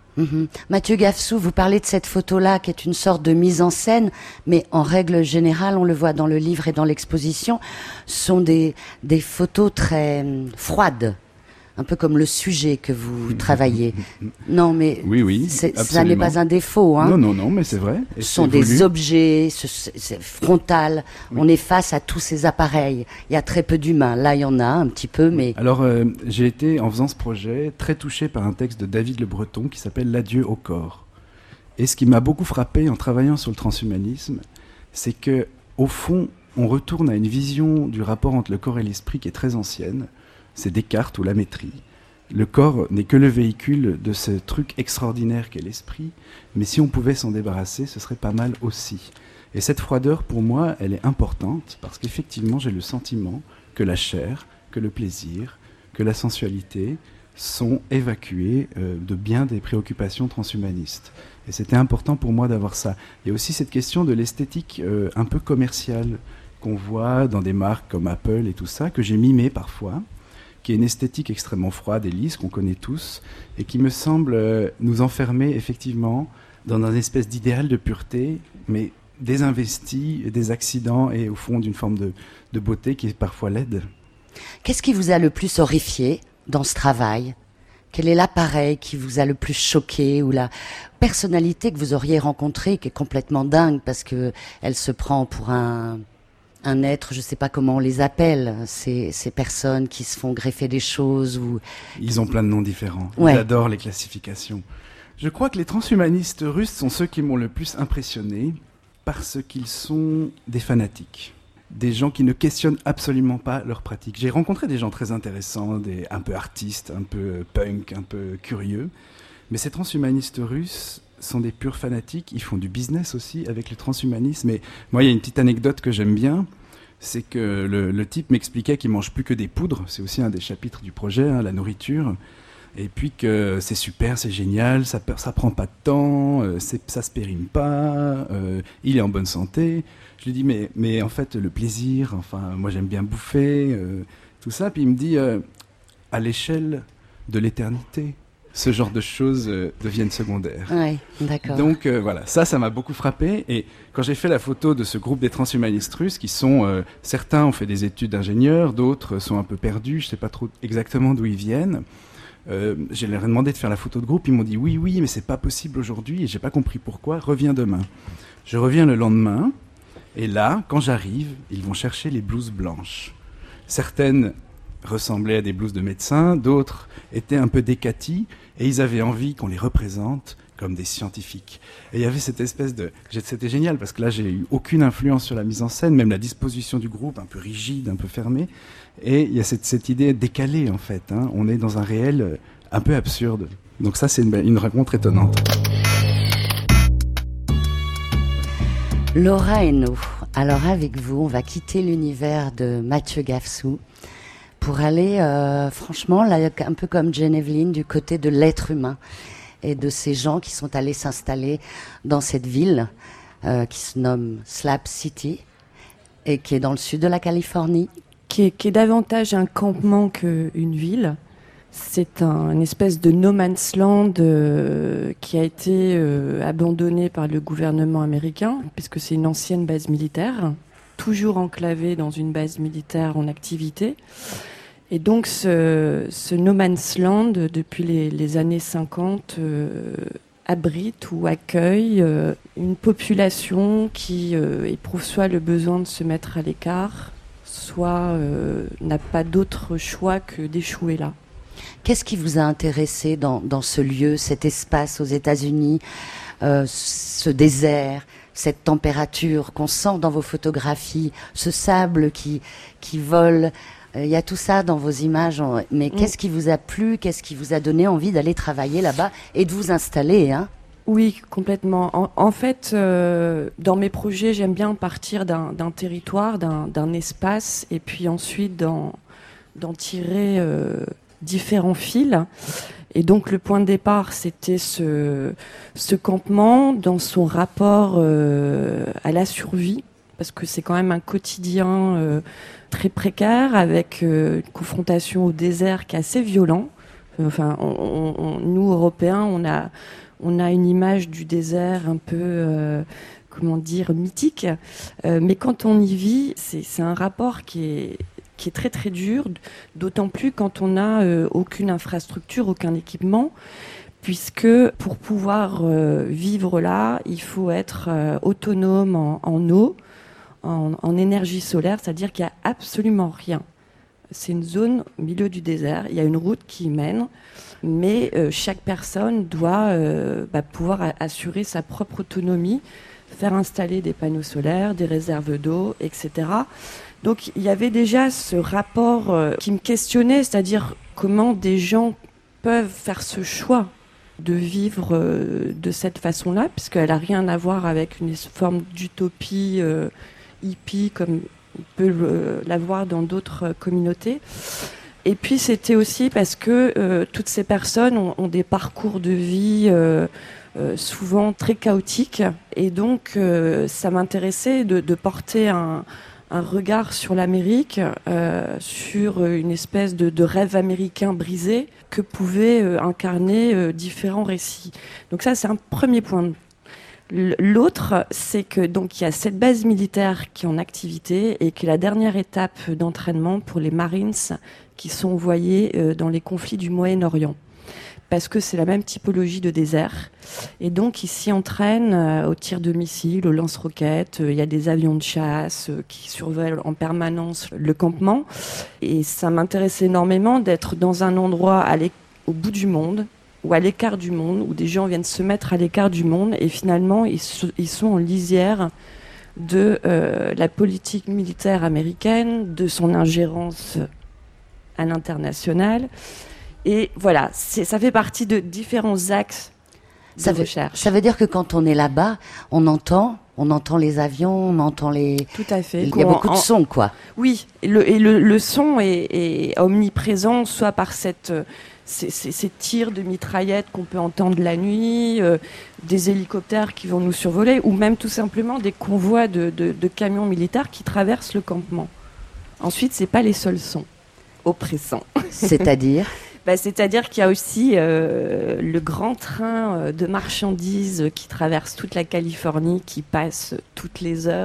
Mathieu Gafsou, vous parlez de cette photo-là qui est une sorte de mise en scène, mais en règle générale, on le voit dans le livre et dans l'exposition, sont des photos très froides, un peu comme le sujet que vous travaillez. Non, mais oui, ça n'est pas un défaut. Hein. Non, mais c'est vrai. Ce sont des objets, c'est frontal. Oui. On est face à tous ces appareils. Il y a très peu d'humains. Là, il y en a un petit peu, mais... Alors, j'ai été, en faisant ce projet, très touché par un texte de David Le Breton qui s'appelle « L'adieu au corps ». Et ce qui m'a beaucoup frappé en travaillant sur le transhumanisme, c'est que, au fond, on retourne à une vision du rapport entre le corps et l'esprit qui est très ancienne. C'est Descartes ou la métrie. Le corps n'est que le véhicule de ce truc extraordinaire qu'est l'esprit, mais si on pouvait s'en débarrasser, ce serait pas mal aussi. Et cette froideur, pour moi, elle est importante, parce qu'effectivement, j'ai le sentiment que la chair, que le plaisir, que la sensualité sont évacués de bien des préoccupations transhumanistes. Et c'était important pour moi d'avoir ça. Il y a aussi cette question de l'esthétique un peu commerciale qu'on voit dans des marques comme Apple et tout ça, que j'ai mimé parfois, qui est une esthétique extrêmement froide et lisse qu'on connaît tous et qui me semble nous enfermer effectivement dans une espèce d'idéal de pureté, mais désinvesti, des accidents et au fond d'une forme de beauté qui est parfois laide. Qu'est-ce qui vous a le plus horrifié dans ce travail ? Quel est l'appareil qui vous a le plus choqué ou la personnalité que vous auriez rencontrée qui est complètement dingue parce que elle se prend pour un être, je ne sais pas comment on les appelle, ces personnes qui se font greffer des choses ou... Ils ont plein de noms différents. Ouais. J'adore les classifications. Je crois que les transhumanistes russes sont ceux qui m'ont le plus impressionné parce qu'ils sont des fanatiques. Des gens qui ne questionnent absolument pas leur pratique. J'ai rencontré des gens très intéressants, un peu artistes, un peu punk, un peu curieux. Mais ces transhumanistes russes sont des purs fanatiques. Ils font du business aussi avec le transhumanisme. Et moi, il y a une petite anecdote que j'aime bien. C'est que le type m'expliquait qu'il ne mange plus que des poudres. C'est aussi un des chapitres du projet, la nourriture. Et puis que c'est super, c'est génial, ça prend pas de temps, ça se périme pas, il est en bonne santé. Je lui dis mais en fait le plaisir, enfin moi j'aime bien bouffer, tout ça. Puis il me dit à l'échelle de l'éternité, ce genre de choses deviennent secondaires. Oui, d'accord. Donc voilà, ça m'a beaucoup frappé. Et quand j'ai fait la photo de ce groupe des transhumanistes russes, qui sont certains ont fait des études d'ingénieurs, d'autres sont un peu perdus, je sais pas trop exactement d'où ils viennent. Je leur ai demandé de faire la photo de groupe, ils m'ont dit oui, mais c'est pas possible aujourd'hui et j'ai pas compris pourquoi, reviens demain. Je reviens le lendemain et là, quand j'arrive, ils vont chercher les blouses blanches. Certaines ressemblaient à des blouses de médecins, d'autres étaient un peu décaties et ils avaient envie qu'on les représente comme des scientifiques. Et il y avait cette espèce de... C'était génial parce que là, j'ai eu aucune influence sur la mise en scène, même la disposition du groupe, un peu rigide, un peu fermée. Et il y a cette idée décalée, en fait. On est dans un réel un peu absurde. Donc ça, c'est une rencontre étonnante. Laura Hainaut, alors avec vous, on va quitter l'univers de Mathieu Gafsou pour aller, franchement, là, un peu comme Jane Evelyn, du côté de l'être humain et de ces gens qui sont allés s'installer dans cette ville qui se nomme Slab City et qui est dans le sud de la Californie. Qui est davantage un campement qu'une ville. C'est une espèce de no man's land qui a été abandonné par le gouvernement américain, puisque c'est une ancienne base militaire, toujours enclavée dans une base militaire en activité. Et donc ce no man's land, depuis les années 50, abrite ou accueille une population qui éprouve soit le besoin de se mettre à l'écart, soit n'a pas d'autre choix que d'échouer là. Qu'est-ce qui vous a intéressé dans ce lieu, cet espace aux États-Unis, ce désert, cette température qu'on sent dans vos photographies, ce sable qui vole? Il y a tout ça dans vos images, mais qu'est-ce qui vous a plu? Qu'est-ce qui vous a donné envie d'aller travailler là-bas et de vous installer, hein? Oui, complètement. En fait, dans mes projets, j'aime bien partir d'un territoire, d'un espace, et puis ensuite d'en tirer différents fils. Et donc le point de départ, c'était ce campement dans son rapport à la survie, parce que c'est quand même un quotidien très précaire, avec une confrontation au désert qui est assez violent. Enfin, nous, Européens, on a une image du désert un peu, mythique. Mais quand on y vit, c'est un rapport qui est très très dur, d'autant plus quand on n'a aucune infrastructure, aucun équipement, puisque pour pouvoir vivre là, il faut être autonome en eau, en énergie solaire, c'est-à-dire qu'il n'y a absolument rien. C'est une zone au milieu du désert, il y a une route qui y mène, mais chaque personne doit pouvoir assurer sa propre autonomie, faire installer des panneaux solaires, des réserves d'eau, etc. Donc il y avait déjà ce rapport qui me questionnait, c'est-à-dire comment des gens peuvent faire ce choix de vivre de cette façon-là, puisqu'elle n'a rien à voir avec une forme d'utopie hippie comme on peut l'avoir dans d'autres communautés. Et puis c'était aussi parce que toutes ces personnes ont des parcours de vie souvent très chaotiques, et donc ça m'intéressait de porter un regard sur l'Amérique, sur une espèce de rêve américain brisé que pouvaient incarner différents récits. Donc ça, c'est un premier point. L'autre, c'est que donc il y a cette base militaire qui est en activité et qui est la dernière étape d'entraînement pour les Marines qui sont envoyés dans les conflits du Moyen-Orient. Parce que c'est la même typologie de désert. Et donc, ils s'y entraînent au tir de missiles, au lance-roquettes. Il y a des avions de chasse qui surveillent en permanence le campement. Et ça m'intéresse énormément d'être dans un endroit au bout du monde, ou à l'écart du monde, où des gens viennent se mettre à l'écart du monde. Et finalement, ils sont en lisière de la politique militaire américaine, de son ingérence à l'international. Et voilà, ça fait partie de différents axes de recherche. Ça veut dire que quand on est là-bas, on entend les avions, on entend les... Tout à fait. Il y a beaucoup de sons, quoi. Oui, et le son est omniprésent, soit par ces tirs de mitraillettes qu'on peut entendre la nuit, des hélicoptères qui vont nous survoler, ou même tout simplement des convois de camions militaires qui traversent le campement. Ensuite, c'est pas les seuls sons oppressants. C'est-à-dire c'est-à-dire qu'il y a aussi le grand train de marchandises qui traverse toute la Californie, qui passe toutes les heures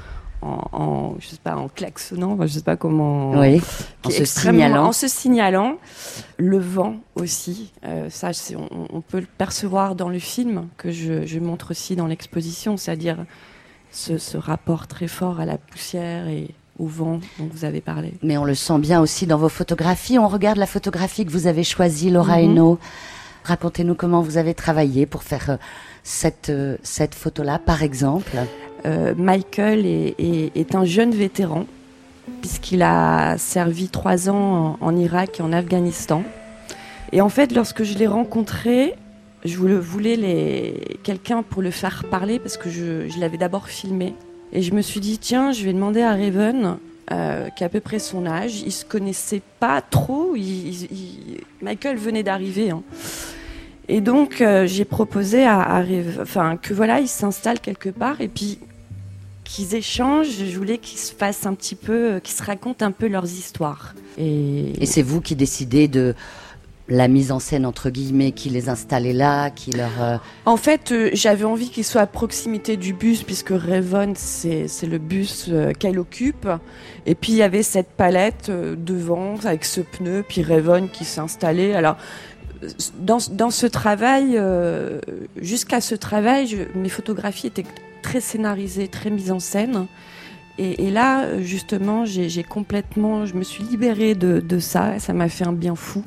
en klaxonnant, je sais pas comment. Oui, en se signalant. Le vent aussi, ça, on peut le percevoir dans le film que je montre aussi dans l'exposition, c'est-à-dire ce rapport très fort à la poussière et au vent dont vous avez parlé. Mais on le sent bien aussi dans vos photographies. On regarde la photographie que vous avez choisie, Laura Hainaut. Racontez-nous comment vous avez travaillé pour faire cette photo-là, par exemple. Michael est un jeune vétéran, puisqu'il a servi 3 ans en Irak et en Afghanistan. Et en fait, lorsque je l'ai rencontré, je voulais quelqu'un pour le faire parler, parce que je l'avais d'abord filmé. Et je me suis dit, tiens, je vais demander à Raven, qui a à peu près son âge. Il se connaissait pas trop. Michael venait d'arriver. Hein. Et donc, j'ai proposé à Raven, que voilà, ils s'installent quelque part et puis qu'ils échangent. Je voulais qu'ils se fassent un petit peu, qu'ils se racontent un peu leurs histoires. Et c'est vous qui décidez de la mise en scène, entre guillemets, qui les installait là, qui leur... En fait, j'avais envie qu'ils soient à proximité du bus, puisque Raven, c'est le bus qu'elle occupe. Et puis, il y avait cette palette devant, avec ce pneu, puis Raven qui s'est installé. Alors, dans ce travail, jusqu'à ce travail, mes photographies étaient très scénarisées, très mises en scène. Et là, justement, je me suis libérée de ça. Ça m'a fait un bien fou.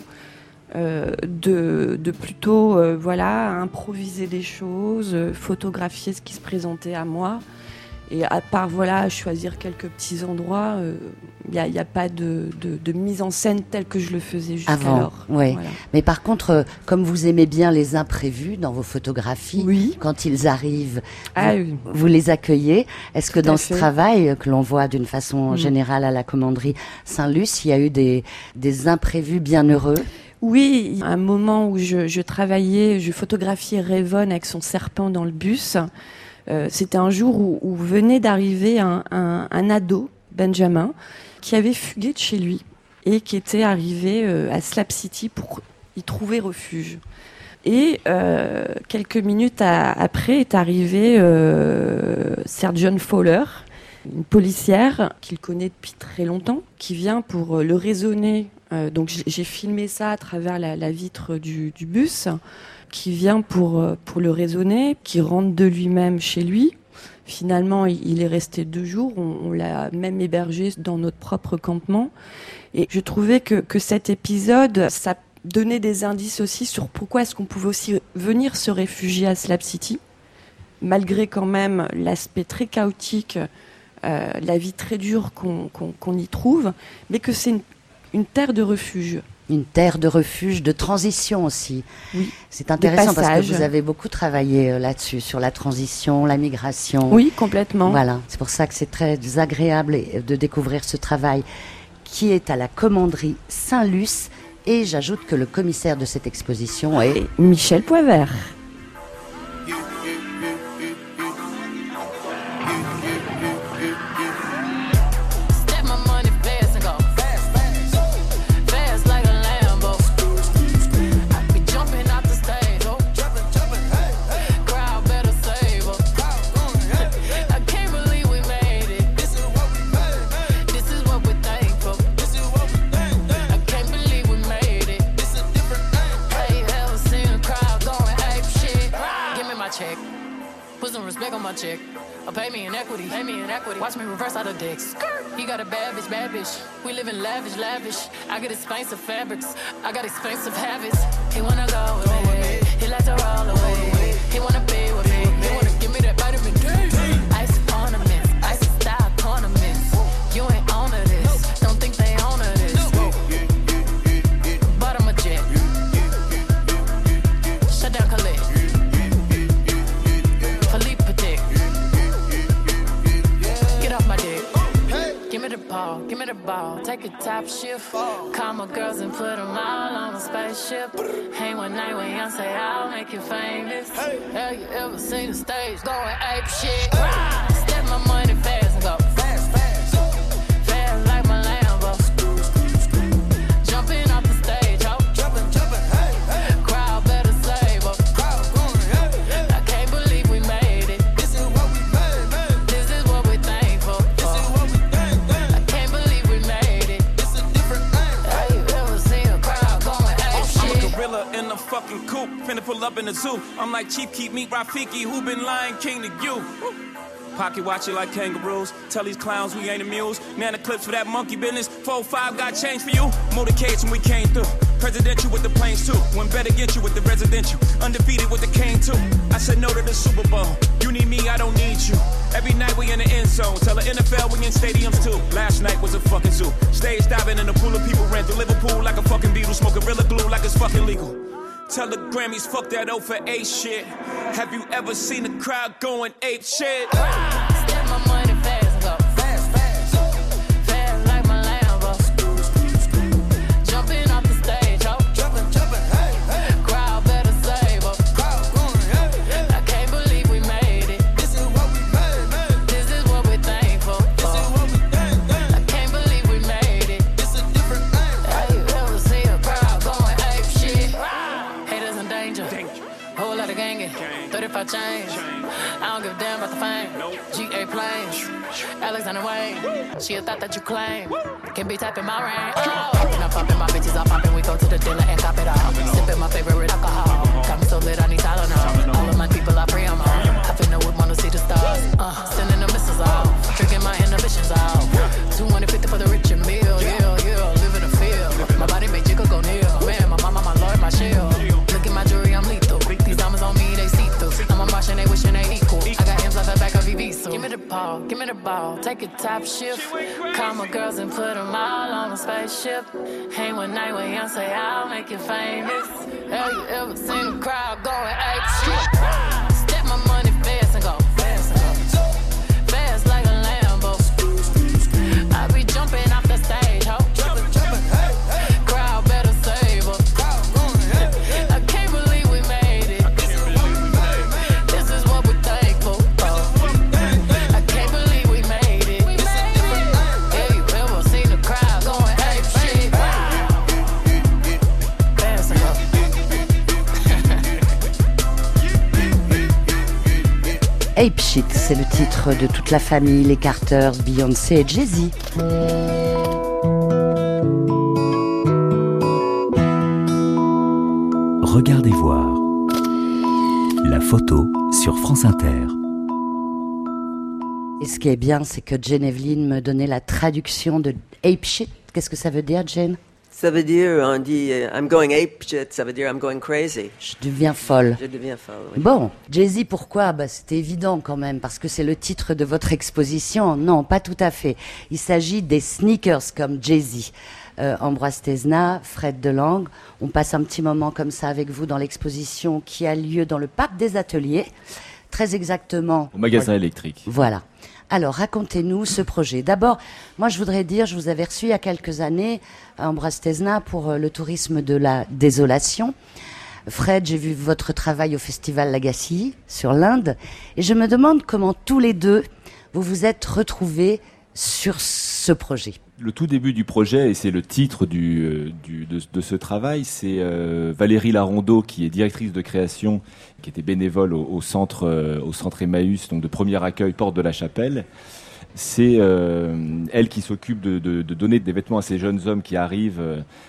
De plutôt improviser des choses, photographier ce qui se présentait à moi, et à part choisir quelques petits endroits, il n'y a pas de mise en scène telle que je le faisais jusqu'alors. Oui. Voilà. Mais par contre, comme vous aimez bien les imprévus dans vos photographies, quand ils arrivent, vous les accueillez. Est-ce que dans ce travail que l'on voit d'une façon générale à la commanderie Saint-Luce, il y a eu des imprévus bien heureux? Oui, à un moment où je travaillais, je photographiais Raven avec son serpent dans le bus. C'était un jour où venait d'arriver un ado, Benjamin, qui avait fugué de chez lui et qui était arrivé à Slab City pour y trouver refuge. Et quelques minutes après est arrivée Sergeant Fowler, une policière qu'il connaît depuis très longtemps, qui vient pour le raisonner. Donc j'ai filmé ça à travers la vitre du bus, qui vient pour le raisonner, qui rentre de lui-même chez lui. Finalement, il est resté 2 jours. On l'a même hébergé dans notre propre campement. Et je trouvais que cet épisode, ça donnait des indices aussi sur pourquoi est-ce qu'on pouvait aussi venir se réfugier à Slab City, malgré quand même l'aspect très chaotique, la vie très dure qu'on y trouve, mais que c'est une terre de refuge. Une terre de refuge, de transition aussi. Oui. C'est intéressant parce que vous avez beaucoup travaillé là-dessus, sur la transition, la migration. Oui, complètement. Voilà, c'est pour ça que c'est très agréable de découvrir ce travail qui est à la commanderie Saint-Luce. Et j'ajoute que le commissaire de cette exposition est Michel Poivert. Put some respect on my check. Or pay me in equity. Pay me in equity. Watch me reverse out of dicks. He got a bad bitch, bad bitch. We live in lavish, lavish. I get expensive fabrics. I got expensive habits. He wanna go with me. He like to roll away. He wanna be with me. He wanna give me that vitamin D. Ice ornaments. Ice style ornaments. You ain't on to this. Don't think they own to this. But I'm a jet. Shut down, Khalid. Philippe Patek. Get off my dick. Give me the ball, give me the ball. Take a top shift. Call my girls and put them all on a spaceship. Hang one night with Beyonce, I'll make you famous. Have you ever seen the stage going ape shit? Step my money fast and go fast, fast. Fast like my Lambo. Jumping off the stage, ho. Jumping, hey, hey. Crowd better save up. Crowd going, hey, hey. I can't believe we made it. This is what we made, man. This is what we thankful. This is what we think, man. I can't believe we made it. It's a different thing. Have you ever seen a crowd going ape shit? I'm a gorilla in the fucking coop. Finna pull up in the zoo. I'm like Chief Keef, meet Rafiki, who been Lion King to you? Pocket watch it like kangaroos. Tell these clowns we ain't amused. Nana clips for that monkey business. 4-5 got change for you. Motorcades when we came through. Presidential with the planes too. One better get you with the residential. Undefeated with the cane too. I said no to the Super Bowl. You need me, I don't need you. Every night we in the end zone. Tell the NFL we in stadiums too. Last night was a fucking zoo. Stage diving in a pool of people. Ran through Liverpool like a fucking Beatle. Smoke Gorilla Glue like it's fucking legal. Tell the Grammys, fuck that 0 for 8 shit. Have you ever seen a crowd going ape shit? Step my money fast and go fast, fast. Fast like my Lambo. Jumping off the stage, ho. Jumping, hey, hey. Crowd better save up. Crowd going, hey, hey. I can't believe we made it. This is what we made, man. This is what we thankful. This is what we think, man. I can't believe we made it. It's a different thing. Have you ever seen a crowd going ape shit? Haters in danger. Whole lot of gangin'. 35 change. I don't give a damn about the fame. GA planes. Alexander Wayne. She a thought that you claim. Can be tapping my rain. Oh. I'm popping my bitches, I'm popping. We go to the dealer and cop it all. Sipping my favorite alcohol. Got me so lit, I need Tylenol. All of my people I pray I'm on. I finna would wanna see the stars. Sending the missiles off. Tricking my inhibitions off. 250 for the rich and meal. Yeah, yeah. Live in the field. My body make jiggle go near. Man, my mama, my lord, my shield. Look at my jewelry, I'm lethal. These diamonds on me, they see through. I'm a Martian, they wishing they equal. I got M's like the back of VV. Give me the ball, give me the ball. Take a top shift. Call my girls and put them all on a spaceship. Hang one night with Beyonce, I'll make you famous. Have you ever seen a crowd going ape shit? Step my money fast and go fast and go. Fast like a Lambo. I be jumping off the stage, ho. Jumping, hey, hey. Crowd better save up. Crowd going, hey, hey. I can't believe we made it. This is what we made, man. This is what we thankful for. I can't believe we made it. It's a different thing. Yeah, you ever seen the crowd going ape shit? Fast and go. Ape Shit, c'est le titre de toute la famille, les Carters, Beyoncé et Jay-Z. Regardez voir. La photo sur France Inter. Et ce qui est bien, c'est que Jane Evelyn me donnait la traduction de Ape Shit. Qu'est-ce que ça veut dire, Jane? Ça veut dire, on dit I'm going ape shit, ça veut dire I'm going crazy. Je deviens folle. Je deviens folle, oui. Bon, Jay-Z, pourquoi? C'était évident quand même, parce que c'est le titre de votre exposition. Non, pas tout à fait. Il s'agit des sneakers comme Jay-Z. Ambroise Tesna, Fred Delangue, on passe un petit moment comme ça avec vous dans l'exposition qui a lieu dans le Parc des Ateliers, très exactement... Au magasin électrique. Voilà. Alors, racontez-nous ce projet. D'abord, moi, je voudrais dire, je vous avais reçu il y a quelques années, Ambroise Tesna, pour le tourisme de la désolation. Fred, j'ai vu votre travail au Festival Lagacy, sur l'Inde, et je me demande comment tous les deux, vous vous êtes retrouvés sur ce projet. Le tout début du projet, et c'est le titre de ce travail, c'est Valérie Larondeau, qui est directrice de création, qui était bénévole au centre Emmaüs, donc de premier accueil, Porte de la Chapelle, c'est elle qui s'occupe de donner des vêtements à ces jeunes hommes qui arrivent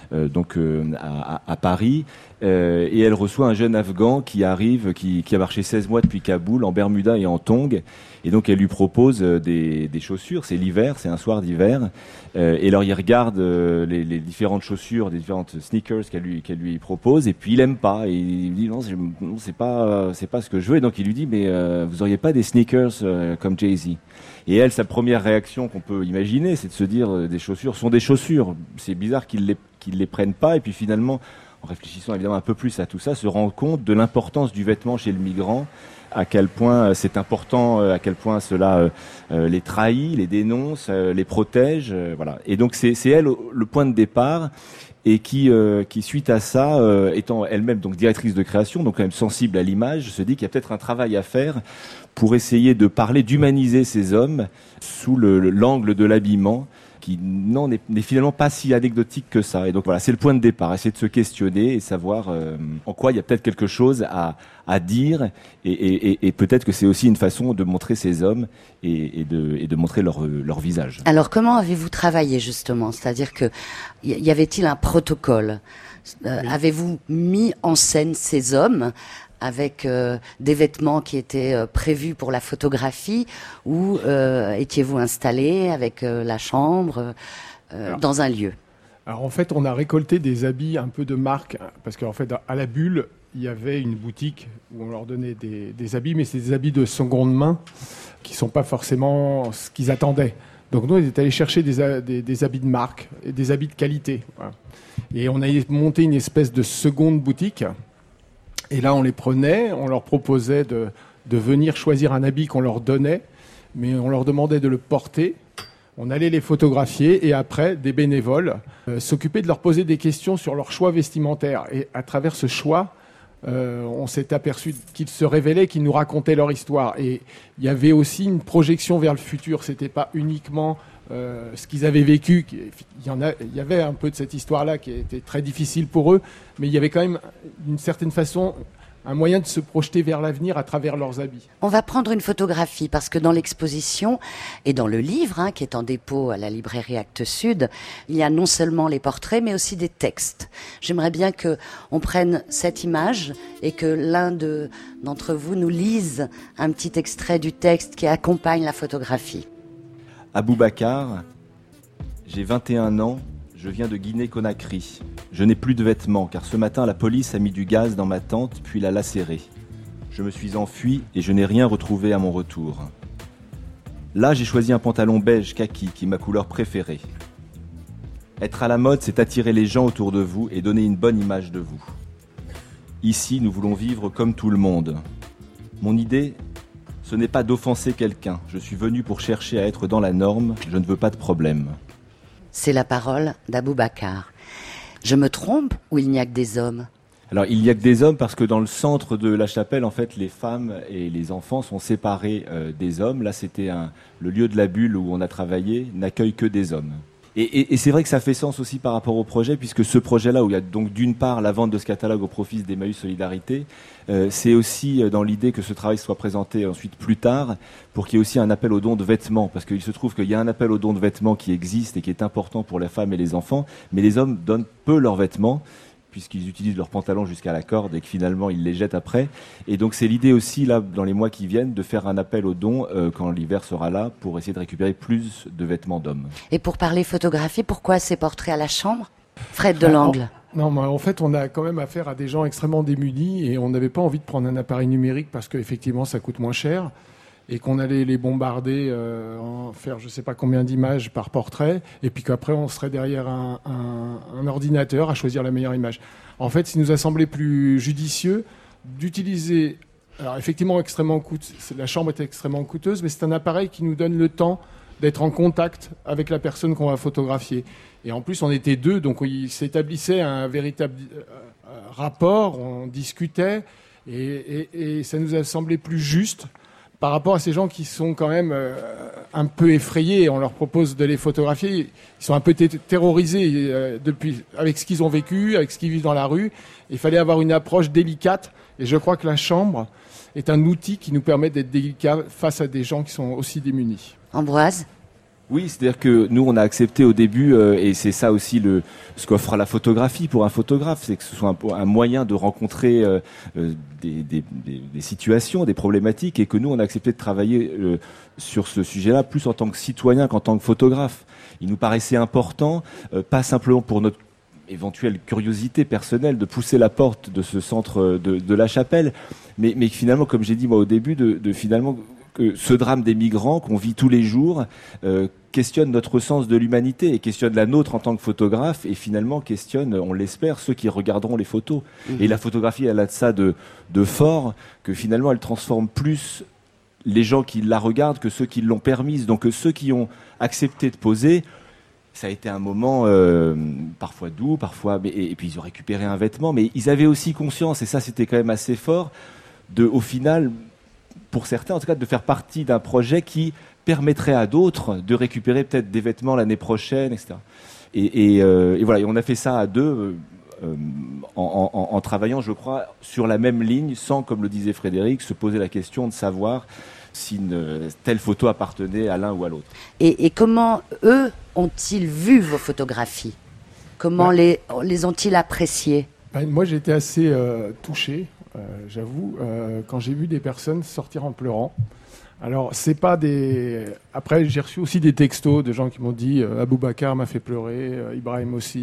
à Paris. Et elle reçoit un jeune Afghan qui arrive, qui a marché 16 mois depuis Kaboul, en Bermuda et en tongs. Et donc elle lui propose des chaussures, c'est l'hiver, c'est un soir d'hiver. Et alors il regarde les différentes chaussures, les différentes sneakers qu'elle lui propose, et puis il aime pas. Et il dit non, c'est pas ce que je veux. Et donc il lui dit mais vous auriez pas des sneakers comme Jay-Z? Et elle, sa première réaction qu'on peut imaginer, c'est de se dire des chaussures sont des chaussures. C'est bizarre qu'ils les prennent pas. Et puis finalement, en réfléchissant évidemment un peu plus à tout ça, se rend compte de l'importance du vêtement chez le migrant, à quel point c'est important, à quel point cela les trahit, les dénonce, les protège, voilà. Et donc c'est elle le point de départ, et qui suite à ça, étant elle-même donc directrice de création, donc quand même sensible à l'image, se dit qu'il y a peut-être un travail à faire pour essayer de parler, d'humaniser ces hommes sous l'angle de l'habillement, qui n'est finalement pas si anecdotique que ça. Et donc voilà, c'est le point de départ, essayer de se questionner et savoir en quoi il y a peut-être quelque chose à dire, et peut-être que c'est aussi une façon de montrer ces hommes et de montrer leur visage. Alors comment avez-vous travaillé justement? C'est-à-dire que y avait-il un protocole? Avez-vous mis en scène ces hommes avec des vêtements qui étaient prévus pour la photographie, ou étiez-vous installé avec la chambre dans un lieu? Alors en fait, on a récolté des habits un peu de marque, parce qu'en fait, à la Bulle, il y avait une boutique où on leur donnait des habits, mais c'est des habits de seconde main qui ne sont pas forcément ce qu'ils attendaient. Donc nous, on est allé chercher des habits de marque, et des habits de qualité. Voilà. Et on a monté une espèce de seconde boutique. Et là, on les prenait, on leur proposait de venir choisir un habit qu'on leur donnait, mais on leur demandait de le porter. On allait les photographier, et après, des bénévoles s'occupaient de leur poser des questions sur leur choix vestimentaire. Et à travers ce choix, on s'est aperçu qu'ils se révélaient, qu'ils nous racontaient leur histoire. Et il y avait aussi une projection vers le futur. C'était pas uniquement ce qu'ils avaient vécu. Il y avait un peu de cette histoire-là qui était très difficile pour eux, mais il y avait quand même, d'une certaine façon, un moyen de se projeter vers l'avenir à travers leurs habits. On va prendre une photographie, parce que dans l'exposition et dans le livre, qui est en dépôt à la librairie Actes Sud, il y a non seulement les portraits, mais aussi des textes. J'aimerais bien que on prenne cette image et que l'un d'entre vous nous lise un petit extrait du texte qui accompagne la photographie. Aboubacar, j'ai 21 ans, je viens de Guinée-Conakry. Je n'ai plus de vêtements, car ce matin la police a mis du gaz dans ma tente puis l'a lacérée. Je me suis enfui et je n'ai rien retrouvé à mon retour. Là, j'ai choisi un pantalon beige kaki qui est ma couleur préférée. Être à la mode, c'est attirer les gens autour de vous et donner une bonne image de vous. Ici, nous voulons vivre comme tout le monde. Mon idée, ce n'est pas d'offenser quelqu'un. Je suis venu pour chercher à être dans la norme. Je ne veux pas de problème. C'est la parole d'Aboubacar. Je me trompe, ou il n'y a que des hommes? Alors, il n'y a que des hommes, parce que dans le centre de la chapelle, en fait, les femmes et les enfants sont séparés des hommes. Là, c'était le lieu de la Bulle où on a travaillé, n'accueille que des hommes. Et c'est vrai que ça fait sens aussi par rapport au projet, puisque ce projet-là, où il y a donc d'une part la vente de ce catalogue au profit d'Emmaüs Solidarité, c'est aussi dans l'idée que ce travail soit présenté ensuite plus tard, pour qu'il y ait aussi un appel aux dons de vêtements, parce qu'il se trouve qu'il y a un appel aux dons de vêtements qui existe et qui est important pour les femmes et les enfants, mais les hommes donnent peu leurs vêtements, puisqu'ils utilisent leurs pantalons jusqu'à la corde et que finalement ils les jettent après. Et donc c'est l'idée aussi, là, dans les mois qui viennent, de faire un appel aux dons quand l'hiver sera là, pour essayer de récupérer plus de vêtements d'hommes. Et pour parler photographie, pourquoi ces portraits à la chambre? Fred Delangle. Non, mais en fait, on a quand même affaire à des gens extrêmement démunis, et on n'avait pas envie de prendre un appareil numérique parce qu'effectivement ça coûte moins cher, et qu'on allait les bombarder, faire je ne sais pas combien d'images par portrait, et puis qu'après on serait derrière un ordinateur à choisir la meilleure image. En fait, il nous a semblé plus judicieux d'utiliser, alors effectivement la chambre est extrêmement coûteuse, mais c'est un appareil qui nous donne le temps d'être en contact avec la personne qu'on va photographier. Et en plus, on était deux, donc il s'établissait un véritable rapport, on discutait, et ça nous a semblé plus juste, par rapport à ces gens qui sont quand même un peu effrayés. On leur propose de les photographier. Ils sont un peu terrorisés avec ce qu'ils ont vécu, avec ce qu'ils vivent dans la rue. Il fallait avoir une approche délicate. Et je crois que la chambre est un outil qui nous permet d'être délicat face à des gens qui sont aussi démunis. Ambroise ? Oui, c'est-à-dire que nous, on a accepté au début, et c'est ça aussi ce qu'offre la photographie pour un photographe, c'est que ce soit un moyen de rencontrer des situations, des problématiques, et que nous, on a accepté de travailler sur ce sujet-là, plus en tant que citoyen qu'en tant que photographe. Il nous paraissait important, pas simplement pour notre éventuelle curiosité personnelle, de pousser la porte de ce centre de la Chapelle, mais finalement, comme j'ai dit moi au début, finalement que ce drame des migrants qu'on vit tous les jours questionne notre sens de l'humanité et questionne la nôtre en tant que photographe et finalement questionne, on l'espère, ceux qui regarderont les photos. Et la photographie, elle a de ça de fort que finalement elle transforme plus les gens qui la regardent que ceux qui l'ont permise. Donc ceux qui ont accepté de poser, ça a été un moment parfois doux, parfois, et puis ils ont récupéré un vêtement, mais ils avaient aussi conscience, et ça c'était quand même assez fort, au final, pour certains en tout cas, de faire partie d'un projet qui permettrait à d'autres de récupérer peut-être des vêtements l'année prochaine, etc. Et voilà, et on a fait ça à deux, en travaillant, je crois, sur la même ligne, sans, comme le disait Frédéric, se poser la question de savoir si telle photo appartenait à l'un ou à l'autre. Et comment, eux, ont-ils vu vos photographies ? Comment les ont-ils appréciées ? Moi, j'ai été assez touché, j'avoue, quand j'ai vu des personnes sortir en pleurant. Alors, c'est pas des... Après, j'ai reçu aussi des textos de gens qui m'ont dit « Aboubacar m'a fait pleurer, Ibrahim aussi ».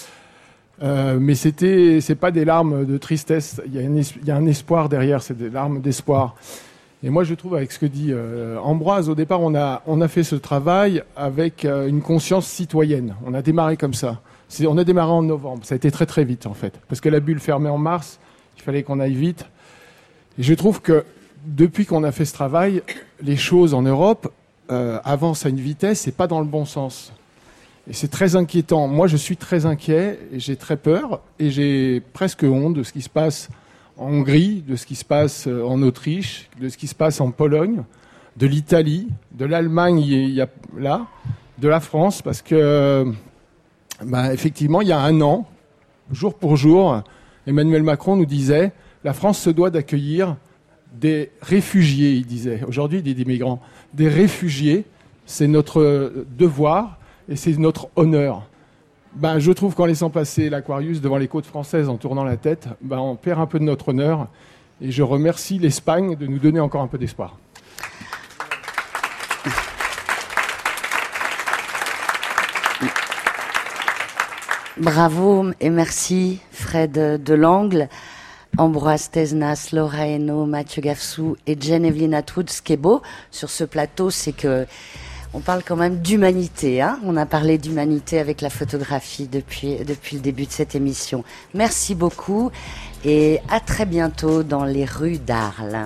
Mais c'est pas des larmes de tristesse, il y a un espoir derrière, c'est des larmes d'espoir. Et moi, je trouve, avec ce que dit Ambroise, au départ, on a fait ce travail avec une conscience citoyenne. On a démarré comme ça. On a démarré en novembre. Ça a été très, très vite, en fait. Parce que la bulle fermait en mars. Il fallait qu'on aille vite. Et je trouve que depuis qu'on a fait ce travail, les choses en Europe avancent à une vitesse et pas dans le bon sens. Et c'est très inquiétant. Moi, je suis très inquiet et j'ai très peur. Et j'ai presque honte de ce qui se passe en Hongrie, de ce qui se passe en Autriche, de ce qui se passe en Pologne, de l'Italie, de l'Allemagne, de la France, parce que, effectivement, il y a un an, jour pour jour, Emmanuel Macron nous disait « La France se doit d'accueillir des réfugiés », il disait. Aujourd'hui, il dit des migrants. Des réfugiés, c'est notre devoir et c'est notre honneur. Je trouve qu'en laissant passer l'Aquarius devant les côtes françaises en tournant la tête, on perd un peu de notre honneur. Et je remercie l'Espagne de nous donner encore un peu d'espoir. Bravo et merci Fred Delangle, Ambroise Tesnas, Laura Hainaut, Mathieu Gafsou et Jane-Evelyne Atwood. Ce qui est beau sur ce plateau, c'est que on parle quand même d'humanité. On a parlé d'humanité avec la photographie depuis le début de cette émission. Merci beaucoup et à très bientôt dans les rues d'Arles.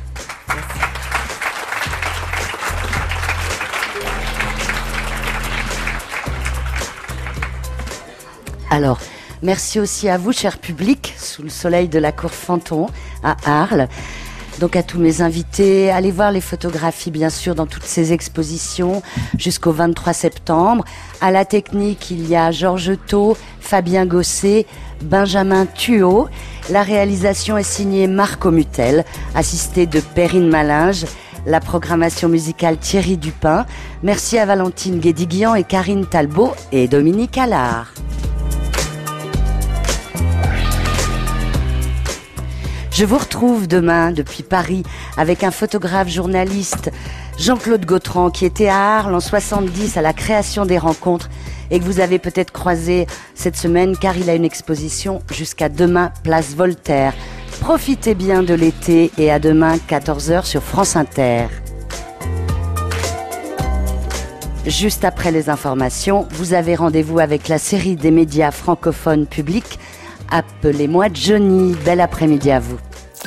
Alors, merci aussi à vous, cher public, sous le soleil de la cour Fanton à Arles. Donc à tous mes invités, allez voir les photographies bien sûr dans toutes ces expositions jusqu'au 23 septembre. À la technique, il y a Georges Thau, Fabien Gosset, Benjamin Thuot. La réalisation est signée Marco Mutel, assisté de Perrine Malinge. La programmation musicale Thierry Dupin. Merci à Valentine Guédiguian et Karine Talbot et Dominique Allard. Je vous retrouve demain depuis Paris avec un photographe journaliste, Jean-Claude Gautran, qui était à Arles en 70 à la création des rencontres et que vous avez peut-être croisé cette semaine car il a une exposition jusqu'à demain, place Voltaire. Profitez bien de l'été et à demain 14h sur France Inter. Juste après les informations, vous avez rendez-vous avec la série des médias francophones publics. Appelez-moi Johnny. Bel après-midi à vous.